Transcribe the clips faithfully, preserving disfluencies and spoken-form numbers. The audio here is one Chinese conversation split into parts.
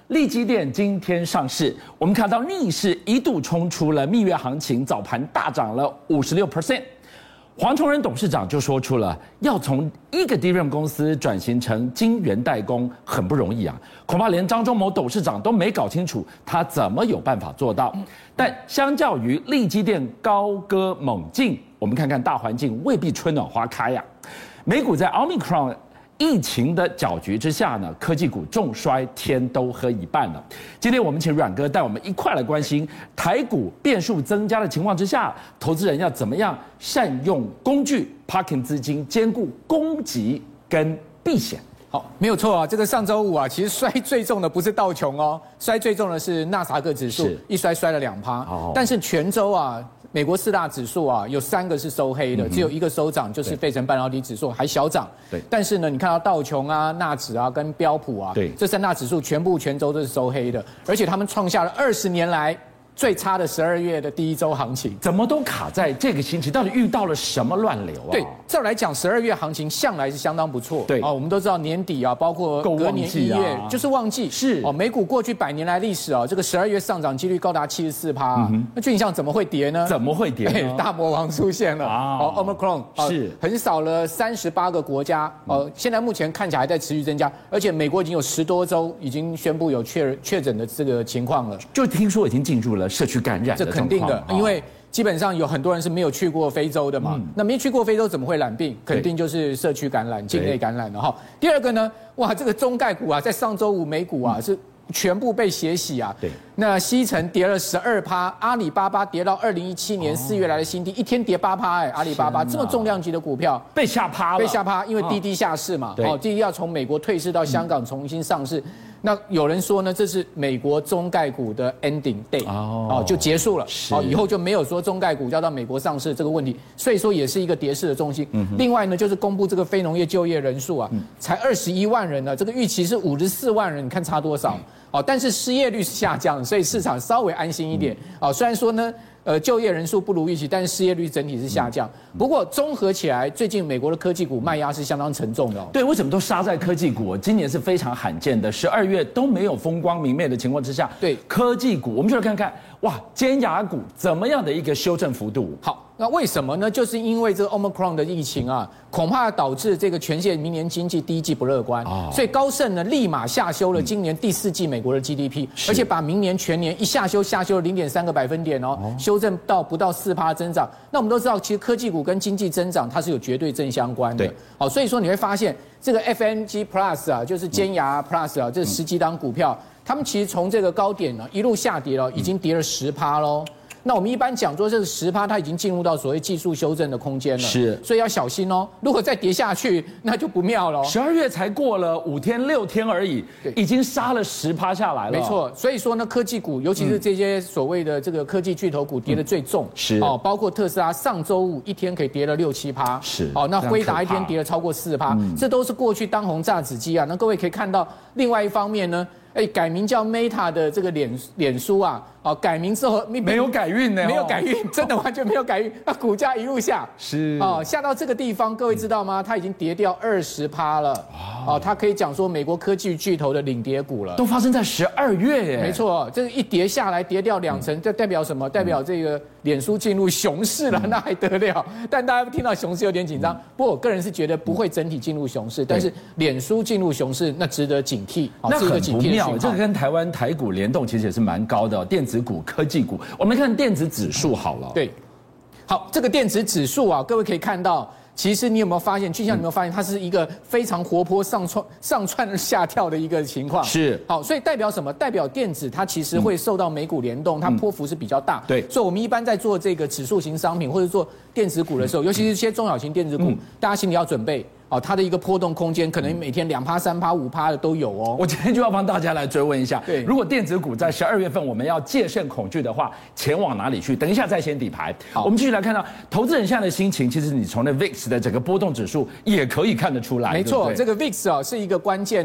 力积电今天上市，我们看到逆势一度冲出了蜜月行情，早盘大涨了五十六 percent。黄崇仁董事长就说出了，要从一个 D R A M 公司转型成晶圆代工很不容易啊，恐怕连张忠谋董事长都没搞清楚他怎么有办法做到。但相较于力积电高歌猛进，我们看看大环境未必春暖花开呀、啊。美股在 Omicron 疫情的搅局之下呢，科技股重摔，天都喝一半了。今天我们请阮哥带我们一块来关心台股变数增加的情况之下，投资人要怎么样善用工具 parking 资金，兼顾攻击跟避险。 好，没有错啊。这个上周五啊，其实摔最重的不是道琼哦，摔最重的是纳斯达克指数，一摔摔了两趴。哦、但是全周啊，美国四大指数啊，有三个是收黑的，嗯、只有一个收涨，就是费城半导体指数还小涨。对。但是呢，你看到道琼啊、纳指啊跟标普啊，对，这三大指数全部全周都是收黑的，而且他们创下了二十年来最差的十二月的第一周行情， 怎么都卡在这个星期，到底遇到了什么乱流啊？ 对，照来讲，十二月行情向来是相当不错。 对啊，我们都知道年底啊，包括隔年一月、啊、就是旺季。 是哦， 美股过去百年来历史啊，这个十二月上涨几率高达七十四趴。那俊相怎么会跌呢？ 怎么会跌呢？ 大魔王出现了啊！哦 ，Omicron 是横扫了三十八个国家。哦，现在目前看起来还在持续增加，而且美国已经有十多州已经宣布有确确诊的这个情况了。 就听说已经进入了社区感染。 这肯定的，因为基本上有很多人是没有去过非洲的嘛，嗯、那没去过非洲怎么会染病？肯定就是社区感染、境内感染了哈。第二个呢，哇，这个中概股啊，在上周五美股啊、嗯、是全部被血洗啊。对，那西城跌了十二趴，阿里巴巴跌到二零一七年四月来的新低，哦、一天跌八趴哎，阿里巴巴这么重量级的股票被吓趴了， 被吓趴，因为滴滴下市嘛，哦，滴滴要从美国退市到香港重新上市。嗯那有人说呢，这是美国中概股的 ending day 哦，哦就结束了，哦，以后就没有说中概股要到美国上市这个问题，所以说也是一个跌势的重心。嗯、另外呢，就是公布这个非农业就业人数啊，嗯、才二十一万人呢，这个预期是五十四万人，你看差多少？哦，但是失业率是下降，所以市场稍微安心一点。哦，虽然说呢。呃，就业人数不如预期，但是失业率整体是下降。不过综合起来，最近美国的科技股卖压是相当沉重的、哦。 对，为什么都杀在科技股？今年是非常罕见的，十二月都没有风光明媚的情况之下，对科技股，我们就来看看，哇，尖牙股怎么样的一个修正幅度？ 好。那为什么呢？就是因为这个 Omicron 的疫情啊，恐怕导致这个全世界明年经济第一季不乐观，哦、所以高盛呢立马下修了今年第四季美国的 G D P，、嗯、而且把明年全年一下修下修了零点三个百分点哦，哦修正到不到四趴增长。那我们都知道，其实科技股跟经济增长它是有绝对正相关的。好，所以说你会发现这个 F N G Plus 啊，就是尖牙 Plus 啊，这十几档股票，他们其实从这个高点呢一路下跌了，已经跌了十趴喽。那我们一般讲说，这个十趴它已经进入到所谓技术修正的空间了，是，所以要小心哦。如果再跌下去，那就不妙了。 十二月才过了五天六天而已，已经杀了十趴下来了。 没错，所以说呢，科技股，尤其是这些所谓的这个科技巨头股，跌得最重。是哦，包括特斯拉，上周五一天可以跌了六七趴。是哦，那辉达一天跌了超过四趴，嗯、这都是过去当红炸子鸡啊。那各位可以看到，另外一方面呢。哎，改名叫 Meta 的这个脸脸书啊，哦，改名之后没有改运呢， 没有改运，真的完全没有改运，那股价一路下，是哦，下到这个地方，各位知道吗？它已经跌掉二十趴了，哦，它可以讲说美国科技巨头的领跌股了， 都发生在十二月耶， 没错，这一跌下来跌掉两成，这代表什么？代表这个脸书进入熊市了，那还得了？但大家听到熊市有点紧张，不过我个人是觉得不会整体进入熊市，但是脸书进入熊市，那值得警惕， 那很不妙。这个跟台湾台股联动其实也是蛮高的、哦，电子股、科技股。我们看电子指数好了。 对，好，这个电子指数啊，各位可以看到，其实你有没有发现，俊相你有没有发现，它是一个非常活泼、上窜、上窜下跳的一个情况。是，好，所以代表什么？代表电子它其实会受到美股联动，它波幅是比较大。对，所以我们一般在做这个指数型商品或者做电子股的时候，尤其是一些中小型电子股，大家心里要准备。哦，它的一个波动空间可能每天两趴、三趴、五趴的都有哦。 我今天就要帮大家来追问一下，对，如果电子股在十二月份我们要戒慎恐惧的话，前往哪里去？等一下再先底牌。我们继续来看到投资人现在的心情，其实你从那 V I X 的整个波动指数也可以看得出来。 没错，这个 V I X 啊是一个关键哦。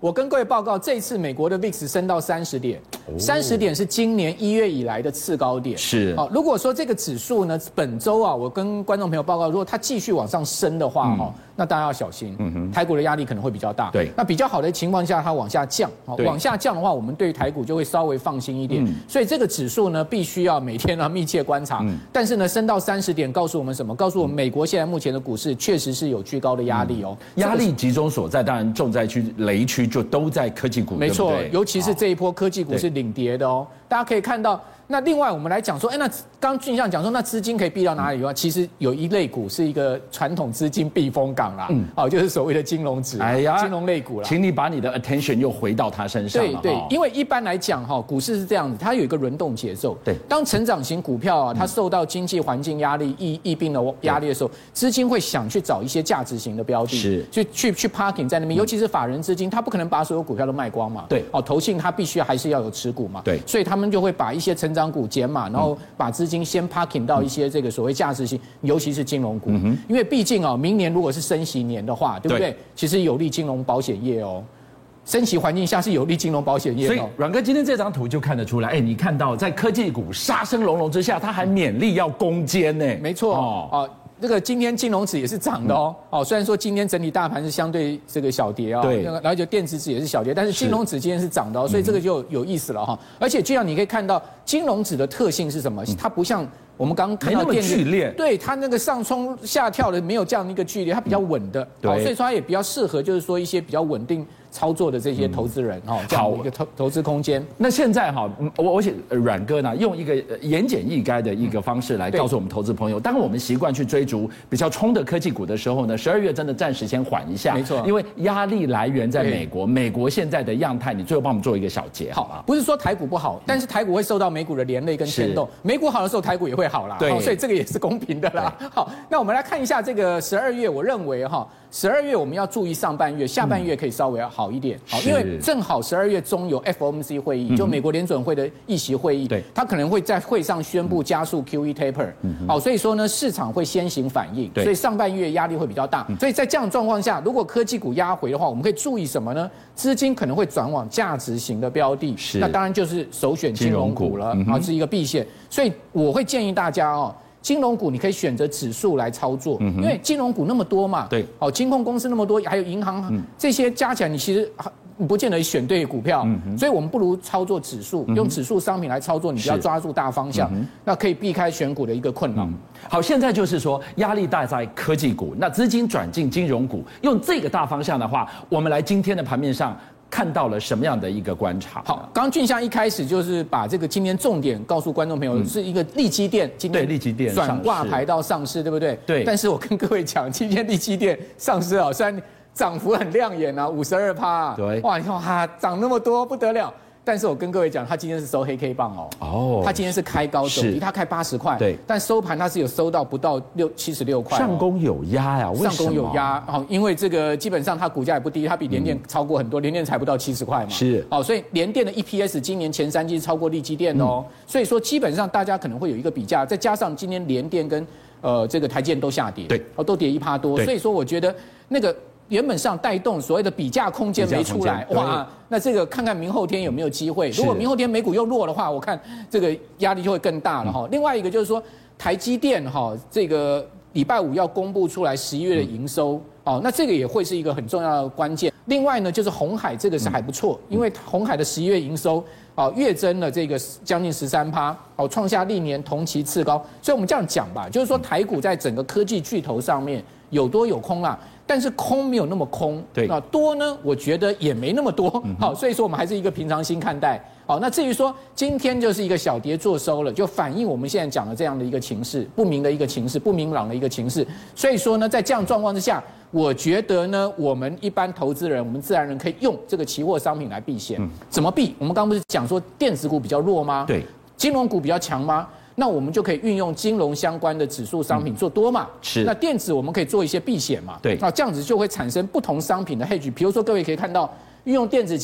我跟各位报告，这次美国的 V I X 升到三十点，三十点是今年一月以来的次高点。 是。 好，如果说这个指数呢，本周啊，我跟观众朋友报告，如果它继续往上升的话，哈、嗯，那大家要小心，嗯哼，台股的压力可能会比较大。 对。 那比较好的情况下，它往下降，好，往下降的话，我们对于台股就会稍微放心一点。嗯、所以这个指数呢，必须要每天呢密切观察。嗯、但是呢，升到三十点，告诉我们什么？告诉我们美国现在目前的股市确实是有居高的压力哦。 嗯、压力集中所在，当然重灾区、雷区就都在科技股。 没错， 对对尤其是这一波科技股是领跌的哦。大家可以看到。那另外我们来讲说，哎，那刚俊相讲说，那资金可以避到哪里的话，其实有一类股是一个传统资金避风港啦，嗯，好，就是所谓的金融指，哎呀，金融类股啦。 请你把你的 attention 又回到它身上了。 对对，因为一般来讲哈，股市是这样子，它有一个轮动节奏。 对， 当成长型股票啊，它受到经济环境压力、疫疫病的压力的时候，资金会想去找一些价值型的标的， 是， 去去去 parking 在那边，尤其是法人资金，他不可能把所有股票都卖光嘛。 对， 哦，投信它必须还是要有持股嘛。 对， 所以他们就会把一些成长股减码。然后把资金先 parking 到一些这个所谓价值型，尤其是金融股，嗯、因为毕竟啊、哦，明年如果是升息年的话，对不对？对其实有利金融保险业哦，升息环境下是有利金融保险业、哦。 所以阮哥今天这张图就看得出来，哎，你看到在科技股杀声隆隆之下，它还勉力要攻坚呢。 没错哦。哦这个今天金融指也是涨的哦，哦，虽然说今天整体大盘是相对这个小跌啊、哦， 对， 然后就电子指也是小跌，但是金融指今天是涨的哦，所以这个就有意思了哈。而且就像你可以看到，金融指的特性是什么？它不像我们刚刚看到电子，对它那个上冲下跳的没有这样的一个剧烈，它比较稳的， 对， 所以说它也比较适合，就是说一些比较稳定操作的这些投资人哈，这样的一个投投资空间。 那现在哈，我我写阮哥呢，用一个言简意赅的一个方式来告诉我们投资朋友，当我们习惯去追逐比较冲的科技股的时候呢，十二月真的暂时先缓一下， 没错， 因为压力来源在美国，美国现在的样态，你最后帮我们做一个小结好吗？ 不是说台股不好，但是台股会受到美股的连累跟牵动，美股好的时候台股也会好啦， 对， 所以这个也是公平的啦。好，那我们来看一下这个十二月，我认为哈。十二月我们要注意上半月，下半月可以稍微要好一点，好，因为正好十二月中有 F O M C 会议，就美国联准会的议息会议， 对， 它可能会在会上宣布加速 Q E taper，好，所以说呢，市场会先行反应，所以上半月压力会比较大，所以在这样的状况下，如果科技股压回的话，我们可以注意什么呢？资金可能会转往价值型的标的，那当然就是首选金融股了，啊，是一个避险，所以我会建议大家哦。金融股你可以选择指数来操作，嗯、因为金融股那么多嘛， 对， 好，金控公司那么多，还有银行、嗯、这些加起来，你其实不见得选对股票，嗯、所以我们不如操作指数，嗯、用指数商品来操作，你只要抓住大方向，嗯、那可以避开选股的一个困扰。嗯、 好，现在就是说压力大在科技股，那资金转进金融股，用这个大方向的话，我们来今天的盘面上。看到了什么样的一个观察？ 好，刚刚俊相一开始就是把这个今天重点告诉观众朋友，嗯、是一个利基电今天对利基电转挂牌到上市，对不对？ 对。 但是我跟各位讲，今天利基电上市啊，虽然涨幅很亮眼啊，五十二趴， 对， 哇，你看哈，涨那么多不得了。但是我跟各位讲，它今天是收黑 K 棒哦，哦，它今天是开高走低，它开八十块， 对， 但收盘它是有收到不到六七十六块， 上攻有压呀，为什么？ 上攻有压，好，因为这个基本上它股价也不低，它比联电超过很多，联电才不到七十块嘛， 是， 好，所以联电的 E P S 今年前三季超过力积电哦，所以说基本上大家可能会有一个比价，再加上今天联电跟呃这个台积电都下跌， 对， 哦都跌一趴多，所以说我觉得那个。原本上带动所谓的比价空间没出来，哇，那这个看看明后天有没有机会。如果明后天美股又弱的话，我看这个压力就会更大了哈。嗯、另外一个就是说，台积电哈，这个礼拜五要公布出来十一月的营收，嗯、哦，那这个也会是一个很重要的关键。另外呢，就是鸿海这个是还不错，嗯、因为鸿海的十一月营收哦月增了这个将近十三趴，哦创下历年同期次高。所以我们这样讲吧，就是说台股在整个科技巨头上面有多有空啦。但是空没有那么空， 对啊，多呢，我觉得也没那么多，好，所以说我们还是一个平常心看待，好，那至于说今天就是一个小跌做收了，就反映我们现在讲的这样的一个情势，不明的一个情势，不明朗的一个情势，所以说呢，在这样状况之下，我觉得呢，我们一般投资人，我们自然人可以用这个期货商品来避险，嗯、怎么避？我们刚刚不是讲说电子股比较弱吗？ 对， 金融股比较强吗？那我们就可以运用金融相关的指数商品做多嘛， 是。 那电子我们可以做一些避险嘛， 对。 那这样子就会产生不同商品的 hedge。比如说各位可以看到，运用电子期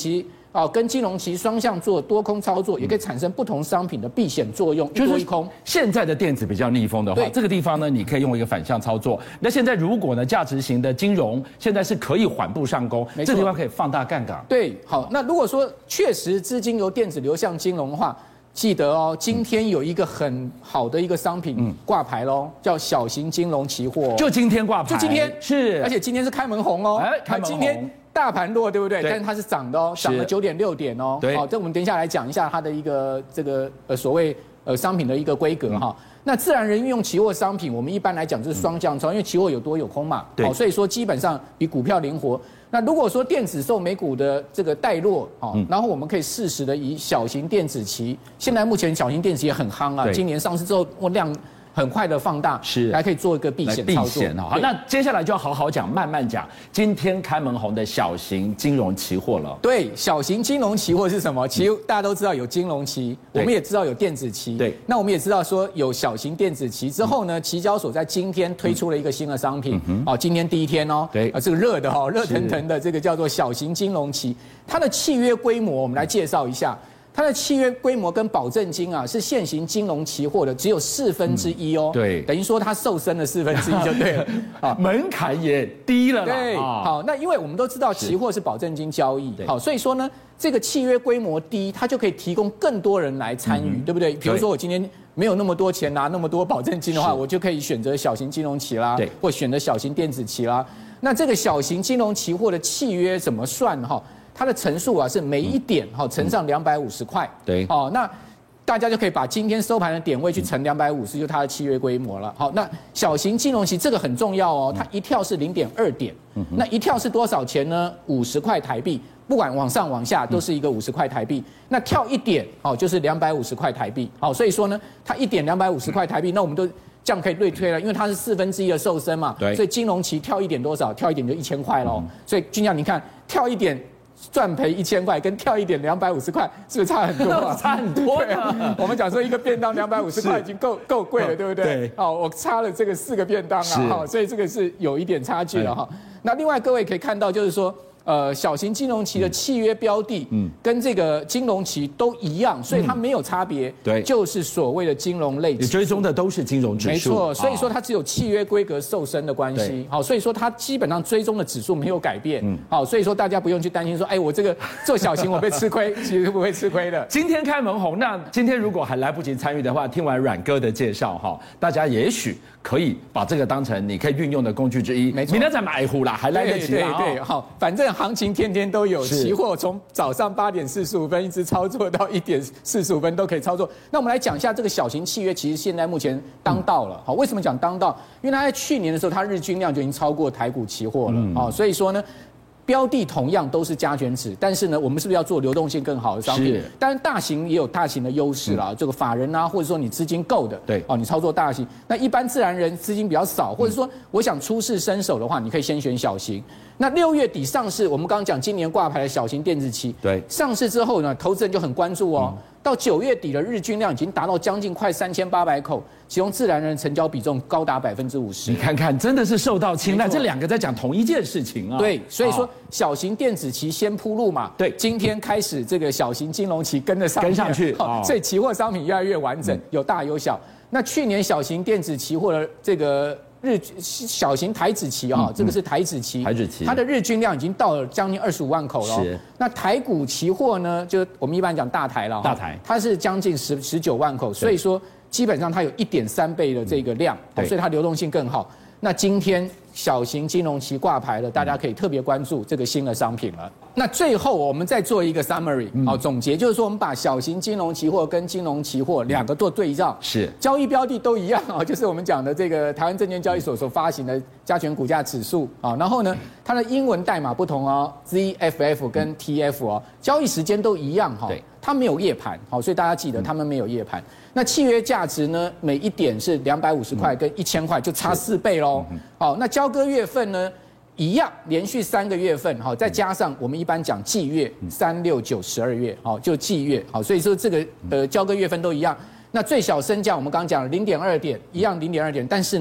啊，跟金融期双向做多空操作，也可以产生不同商品的避险作用， 就是一多一空。 现在的电子比较逆风的话，这个地方呢，你可以用一个反向操作。那现在如果呢，价值型的金融现在是可以缓步上攻，这地方可以放大杠杆。 对，好，那如果说确实资金由电子流向金融的话，记得哦，今天有一个很好的一个商品挂牌喽，叫小型金融期货， 就今天挂牌， 就今天是， 而且今天是开门红哦， 哎，开门红。 今天大盘弱，对不对？ 对， 但是它是涨的哦，涨了九点六点哦。 对， 好，这我们等一下来讲一下它的一个这个呃所谓呃商品的一个规格哈。嗯，那自然人运用期货商品，我们一般来讲就是双向操，因为期货有多有空嘛， 对， 所以说基本上比股票灵活。那如果说电子受美股的这个带弱哦，嗯，然后我们可以适时的以小型电子期，现在目前小型电子也很夯啊，今年上市之后量很快的放大， 是， 还可以做一个避险操作。 好，那接下来就要好好讲，慢慢讲今天开门红的小型金融期货了。 对，小型金融期货是什么？其实大家都知道有金融期，我们也知道有电子期。 对， 那我们也知道说有小型电子期之后呢，期交所在今天推出了一个新的商品，哦，今天第一天哦， 对， 啊，这个热的哦，热腾腾的这个叫做小型金融期，它的契约规模我们来介绍一下。它的契约规模跟保证金啊，是现行金融期货的只有四分之一哦， 对， 等于说它瘦身了四分之一就对了， 啊，门槛也低了啦。 对，好，那因为我们都知道期货是保证金交易，好，所以说呢，这个契约规模低，它就可以提供更多人来参与，对不对？比如说我今天没有那么多钱拿那么多保证金的话，我就可以选择小型金融期啦， 对， 或选择小型电子期啦。那这个小型金融期货的契约怎么算哈？它的乘数啊是每一点哈乘上两百五十块， 对， 哦，那大家就可以把今天收盘的点位去乘两百五十，就是它的契约规模了。好，那小型金融期这个很重要哦，它一跳是零点二点，那一跳是多少钱呢？五十块台币，不管往上往下都是一个五十块台币。那跳一点哦就是两百五十块台币。好，所以说呢，它一点两百五十块台币，那我们都这样可以类推了，因为它是四分之一的瘦身嘛， 对， 所以金融期跳一点多少？跳一点就一千块喽。所以君将你看跳一点。赚赔一千块，跟跳一点两百五十块，是不是差很多啊？ 差很多啊！我们讲说一个便当两百五十块已经够够贵了，对不对？ 对。 好，我差了这个四个便当啊，好，所以这个是有一点差距了哈。那另外各位可以看到，就是说。呃，小型金融期的契约标的，嗯，跟这个金融期都一样，所以它没有差别， 对， 就是所谓的金融类指数， 你追踪的都是金融指数， 没错，所以说它只有契约规格瘦身的关系，好，所以说它基本上追踪的指数没有改变，嗯，好，所以说大家不用去担心说，哎，我这个做小型我被吃亏，其实不会吃亏的。 今天开门红，那今天如果还来不及参与的话，听完阮哥的介绍哈，大家也许可以把这个当成你可以运用的工具之一， 没错， 明天再买一壶啦，还来得及啦， 对对，好，反正行情天天都。都有期货从早上八点四十五分一直操作到一点四十五分都可以操作。那我们来讲一下这个小型契约，其实现在目前当道了。好，为什么讲当道？因为它在去年的时候，它日均量就已经超过台股期货了。好，所以说呢。标的同样都是加权指，但是呢，我们是不是要做流动性更好的商品？当然，大型也有大型的优势啦。嗯、这个法人啊，或者说你资金够的， 对哦，你操作大型。那一般自然人资金比较少，或者说我想出世身手的话，你可以先选小型。那六月底上市，我们刚刚讲今年挂牌的小型电子期， 对， 上市之后呢，投资人就很关注哦。嗯到九月底的日均量已经达到将近快三千八百口，其中自然人成交比重高达百分之五十。 你看看，真的是受到青睐。这两个在讲同一件事情啊。 对，所以说小型电子期先铺路嘛。 对， 今天开始这个小型金融期跟得上， 跟上去， 哦、所以期货商品越来越完整，有大有小。那去年小型电子期货的这个。日小型台指期啊、哦，这个是台指期， 台指期， 它的日均量已经到了将近二十五万口了、哦。 是。那台股期货呢，就我们一般讲大台了， 大台， 它是将近十十九万口，所以说基本上它有一点三倍的这个量，哦、所以它流动性更好。那今天小型金融期挂牌了，大家可以特别关注这个新的商品了。那最后我们再做一个 summary， 好、嗯、总结，就是说我们把小型金融期货跟金融期货两个做对照， 是交易标的都一样啊，就是我们讲的这个台湾证券交易所所发行的加权股价指数啊，然后呢，它的英文代码不同哦 ，Z F F 跟 T F 哦，交易时间都一样哈， 对， 它没有夜盘，好，所以大家记得他们没有夜盘。那契约价值呢，每一点是两百五十块跟一千块，就差四倍喽。好，那交割月份呢？一样，连续三个月份，好，再加上我们一般讲季月，三六九十二月，好，就季月，好，所以说这个呃交割月份都一样。那最小身价我们刚刚讲零点二点，一样零点二点，但是呢，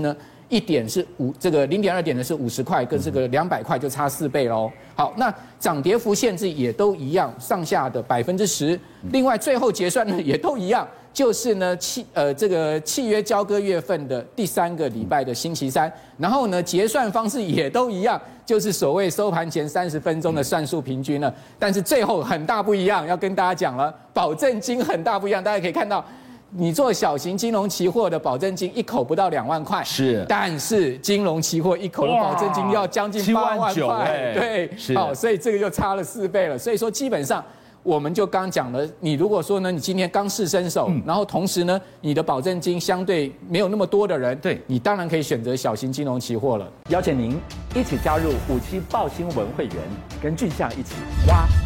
一点是五，这个零点二点的是五十块，跟这个两百块就差四倍喽。好，那涨跌幅限制也都一样，上下的百分之十。另外最后结算呢也都一样。就是呢契呃这个契约交割月份的第三个礼拜的星期三，然后呢结算方式也都一样，就是所谓收盘前三十分钟的算术平均了。但是最后很大不一样，要跟大家讲了，保证金很大不一样。大家可以看到，你做小型金融期货的保证金一口不到两万块， 是， 但是金融期货一口的保证金要将近八万块，对， 是， 好，所以这个就差了四倍了。所以说基本上。我们就刚讲了，你如果说呢，你今天刚试身手，嗯、然后同时呢，你的保证金相对没有那么多的人， 对， 你当然可以选择小型金融期货了。 邀请您一起加入五七报新闻会员，跟俊相一起挖